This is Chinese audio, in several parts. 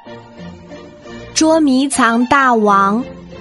捉迷藏大王。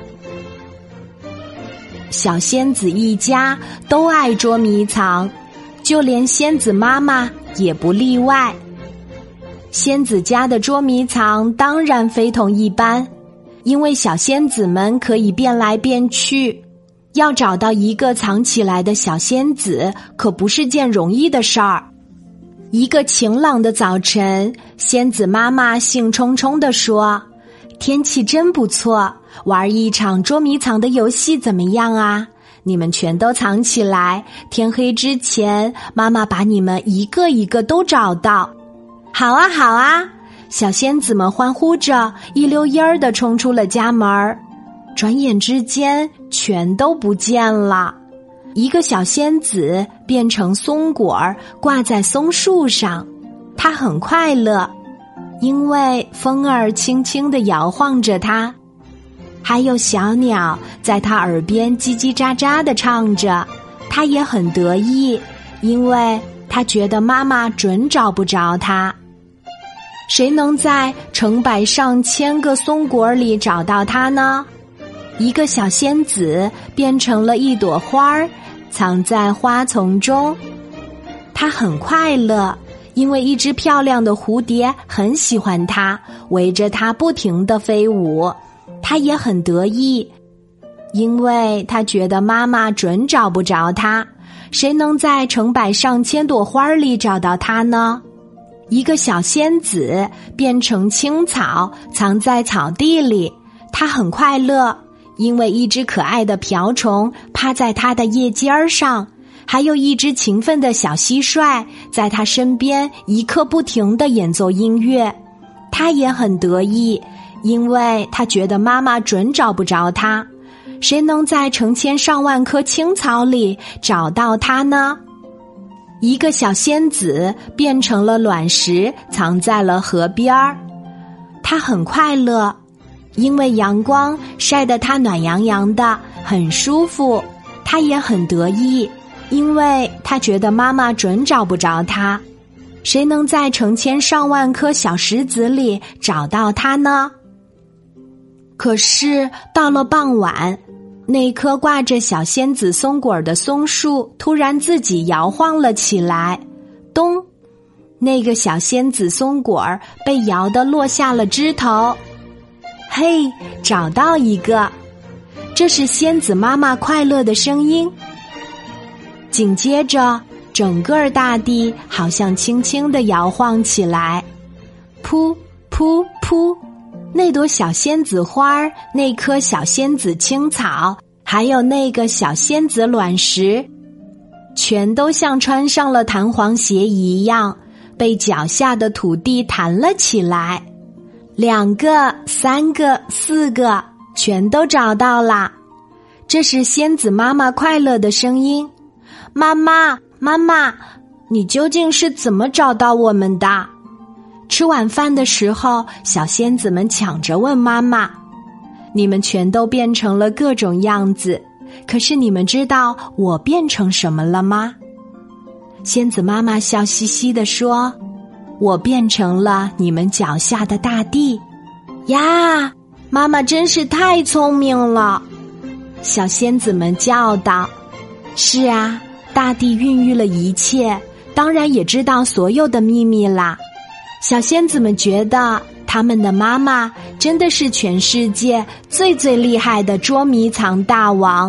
小仙子一家都爱捉迷藏，就连仙子妈妈也不例外。仙子家的捉迷藏当然非同一般，因为小仙子们可以变来变去，要找到一个藏起来的小仙子可不是件容易的事儿。一个晴朗的早晨，仙子妈妈兴冲冲地说：天气真不错，玩一场捉迷藏的游戏怎么样啊？你们全都藏起来，天黑之前妈妈把你们一个一个都找到。好啊好啊，小仙子们欢呼着一溜烟儿地冲出了家门，转眼之间全都不见了。一个小仙子变成松果儿挂在松树上，她很快乐，因为风儿轻轻地摇晃着它，还有小鸟在它耳边叽叽喳喳地唱着，它也很得意，因为它觉得妈妈准找不着它。谁能在成百上千个松果里找到它呢？一个小仙子变成了一朵花儿，藏在花丛中。它很快乐，因为一只漂亮的蝴蝶很喜欢它，围着它不停地飞舞。它也很得意，因为它觉得妈妈准找不着它。谁能在成百上千朵花里找到它呢？一个小仙子变成青草，藏在草地里。它很快乐，因为一只可爱的瓢虫趴在它的叶尖上，还有一只勤奋的小蟋蟀在它身边一刻不停地演奏音乐。它也很得意，因为它觉得妈妈准找不着它。谁能在成千上万棵青草里找到它呢？一个小仙子变成了卵石，藏在了河边儿。它很快乐，因为阳光晒得它暖洋洋的，很舒服。它也很得意，因为它觉得妈妈准找不着它。谁能在成千上万颗小石子里找到它呢？可是到了傍晚，那棵挂着小仙子松果的松树突然自己摇晃了起来，咚！那个小仙子松果被摇得落下了枝头。嘿，找到一个！这是仙子妈妈快乐的声音。紧接着，整个大地好像轻轻地摇晃起来，噗噗噗！那朵小仙子花儿，那棵小仙子青草，还有那个小仙子卵石，全都像穿上了弹簧鞋一样，被脚下的土地弹了起来。2个、3个、4个，全都找到了。这是仙子妈妈快乐的声音。妈妈，妈妈，你究竟是怎么找到我们的？吃晚饭的时候，小仙子们抢着问妈妈：你们全都变成了各种样子，可是你们知道我变成什么了吗？仙子妈妈笑嘻嘻地说：我变成了你们脚下的大地。呀，妈妈真是太聪明了！小仙子们叫道。是啊，大地孕育了一切，当然也知道所有的秘密啦。小仙子们觉得他们的妈妈真的是全世界最最厉害的捉迷藏大王。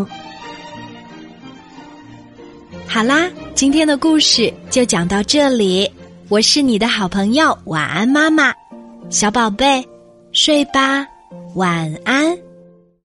好啦，今天的故事就讲到这里，我是你的好朋友晚安妈妈。小宝贝，睡吧，晚安。